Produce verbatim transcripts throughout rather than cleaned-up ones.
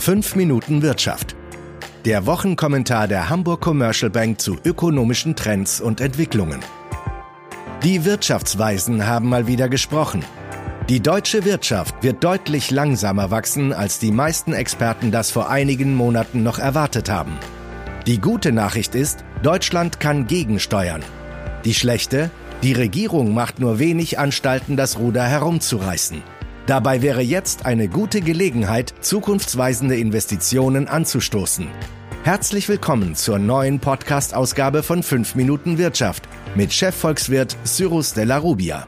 fünf Minuten Wirtschaft. Der Wochenkommentar der Hamburg Commercial Bank zu ökonomischen Trends und Entwicklungen. Die Wirtschaftsweisen haben mal wieder gesprochen. Die deutsche Wirtschaft wird deutlich langsamer wachsen, als die meisten Experten das vor einigen Monaten noch erwartet haben. Die gute Nachricht ist, Deutschland kann gegensteuern. Die schlechte? Die Regierung macht nur wenig Anstalten, das Ruder herumzureißen. Dabei wäre jetzt eine gute Gelegenheit, zukunftsweisende Investitionen anzustoßen. Herzlich willkommen zur neuen Podcast-Ausgabe von fünf Minuten Wirtschaft mit Chefvolkswirt Cyrus de la Rubia.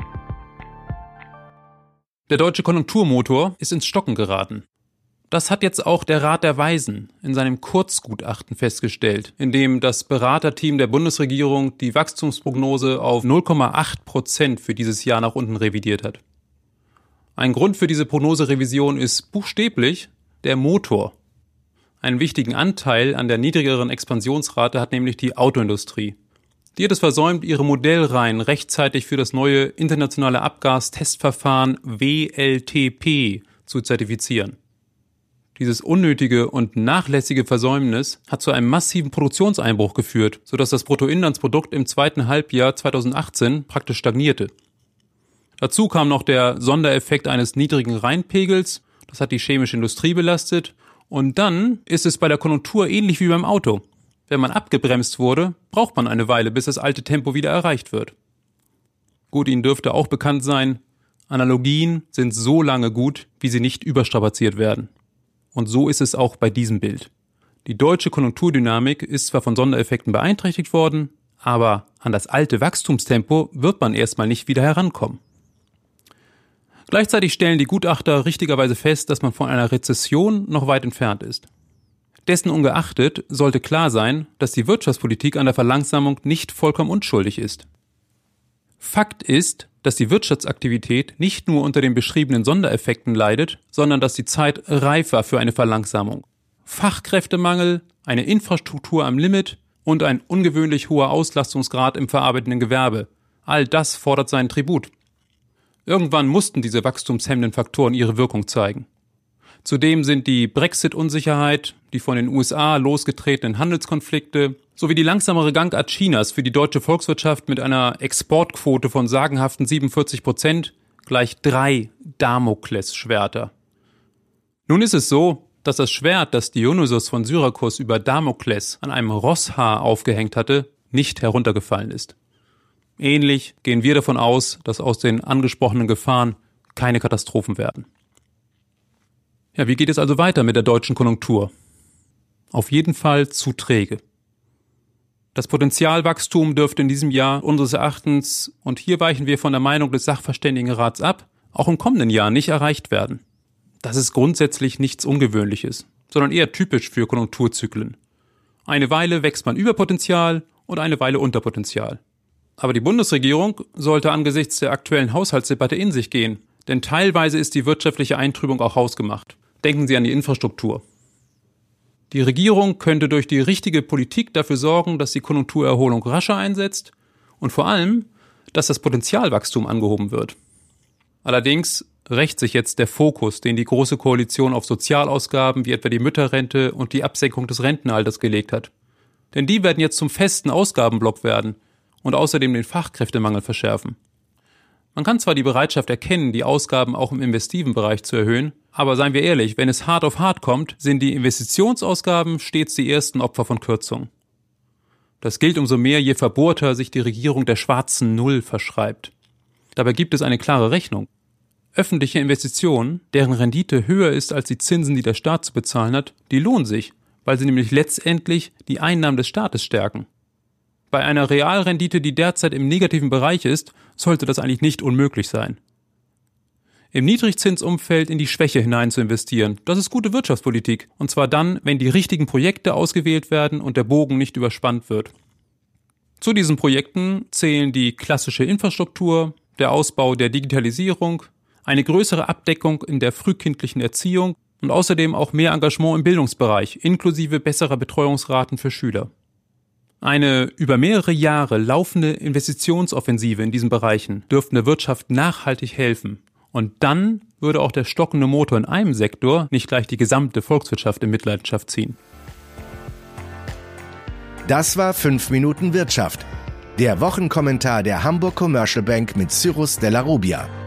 Der deutsche Konjunkturmotor ist ins Stocken geraten. Das hat jetzt auch der Rat der Weisen in seinem Kurzgutachten festgestellt, in dem das Beraterteam der Bundesregierung die Wachstumsprognose auf null Komma acht Prozent für dieses Jahr nach unten revidiert hat. Ein Grund für diese Prognoserevision ist buchstäblich der Motor. Einen wichtigen Anteil an der niedrigeren Expansionsrate hat nämlich die Autoindustrie. Die hat es versäumt, ihre Modellreihen rechtzeitig für das neue internationale Abgastestverfahren W L T P zu zertifizieren. Dieses unnötige und nachlässige Versäumnis hat zu einem massiven Produktionseinbruch geführt, sodass das Bruttoinlandsprodukt im zweiten Halbjahr zweitausendachtzehn praktisch stagnierte. Dazu kam noch der Sondereffekt eines niedrigen Reinpegels, das hat die chemische Industrie belastet, und dann ist es bei der Konjunktur ähnlich wie beim Auto. Wenn man abgebremst wurde, braucht man eine Weile, bis das alte Tempo wieder erreicht wird. Gut, Ihnen dürfte auch bekannt sein, Analogien sind so lange gut, wie sie nicht überstrapaziert werden. Und so ist es auch bei diesem Bild. Die deutsche Konjunkturdynamik ist zwar von Sondereffekten beeinträchtigt worden, aber an das alte Wachstumstempo wird man erstmal nicht wieder herankommen. Gleichzeitig stellen die Gutachter richtigerweise fest, dass man von einer Rezession noch weit entfernt ist. Dessen ungeachtet sollte klar sein, dass die Wirtschaftspolitik an der Verlangsamung nicht vollkommen unschuldig ist. Fakt ist, dass die Wirtschaftsaktivität nicht nur unter den beschriebenen Sondereffekten leidet, sondern dass die Zeit reif war für eine Verlangsamung. Fachkräftemangel, eine Infrastruktur am Limit und ein ungewöhnlich hoher Auslastungsgrad im verarbeitenden Gewerbe. All das fordert seinen Tribut. Irgendwann mussten diese wachstumshemmenden Faktoren ihre Wirkung zeigen. Zudem sind die Brexit-Unsicherheit, die von den U S A losgetretenen Handelskonflikte sowie die langsamere Gangart Chinas für die deutsche Volkswirtschaft mit einer Exportquote von sagenhaften siebenundvierzig Prozent gleich drei Damoklesschwerter. Nun ist es so, dass das Schwert, das Dionysios von Syrakus über Damokles an einem Rosshaar aufgehängt hatte, nicht heruntergefallen ist. Ähnlich gehen wir davon aus, dass aus den angesprochenen Gefahren keine Katastrophen werden. Ja, wie geht es also weiter mit der deutschen Konjunktur? Auf jeden Fall zu träge. Das Potenzialwachstum dürfte in diesem Jahr unseres Erachtens, und hier weichen wir von der Meinung des Sachverständigenrats ab, auch im kommenden Jahr nicht erreicht werden. Das ist grundsätzlich nichts Ungewöhnliches, sondern eher typisch für Konjunkturzyklen. Eine Weile wächst man über Potenzial und eine Weile unter Potenzial. Aber die Bundesregierung sollte angesichts der aktuellen Haushaltsdebatte in sich gehen, denn teilweise ist die wirtschaftliche Eintrübung auch hausgemacht. Denken Sie an die Infrastruktur. Die Regierung könnte durch die richtige Politik dafür sorgen, dass die Konjunkturerholung rascher einsetzt und vor allem, dass das Potenzialwachstum angehoben wird. Allerdings rächt sich jetzt der Fokus, den die Große Koalition auf Sozialausgaben wie etwa die Mütterrente und die Absenkung des Rentenalters gelegt hat. Denn die werden jetzt zum festen Ausgabenblock werden und außerdem den Fachkräftemangel verschärfen. Man kann zwar die Bereitschaft erkennen, die Ausgaben auch im investiven Bereich zu erhöhen, aber seien wir ehrlich, wenn es hart auf hart kommt, sind die Investitionsausgaben stets die ersten Opfer von Kürzungen. Das gilt umso mehr, je verbohrter sich die Regierung der schwarzen Null verschreibt. Dabei gibt es eine klare Rechnung. Öffentliche Investitionen, deren Rendite höher ist als die Zinsen, die der Staat zu bezahlen hat, die lohnen sich, weil sie nämlich letztendlich die Einnahmen des Staates stärken. Bei einer Realrendite, die derzeit im negativen Bereich ist, sollte das eigentlich nicht unmöglich sein. Im Niedrigzinsumfeld in die Schwäche hinein zu investieren, das ist gute Wirtschaftspolitik. Und zwar dann, wenn die richtigen Projekte ausgewählt werden und der Bogen nicht überspannt wird. Zu diesen Projekten zählen die klassische Infrastruktur, der Ausbau der Digitalisierung, eine größere Abdeckung in der frühkindlichen Erziehung und außerdem auch mehr Engagement im Bildungsbereich, inklusive besserer Betreuungsraten für Schüler. Eine über mehrere Jahre laufende Investitionsoffensive in diesen Bereichen dürfte der Wirtschaft nachhaltig helfen Und dann würde auch der stockende Motor in einem Sektor nicht gleich die gesamte Volkswirtschaft in Mitleidenschaft ziehen. Das war fünf Minuten Wirtschaft. Der Wochenkommentar der Hamburg Commercial Bank mit Cyrus Della Rubia.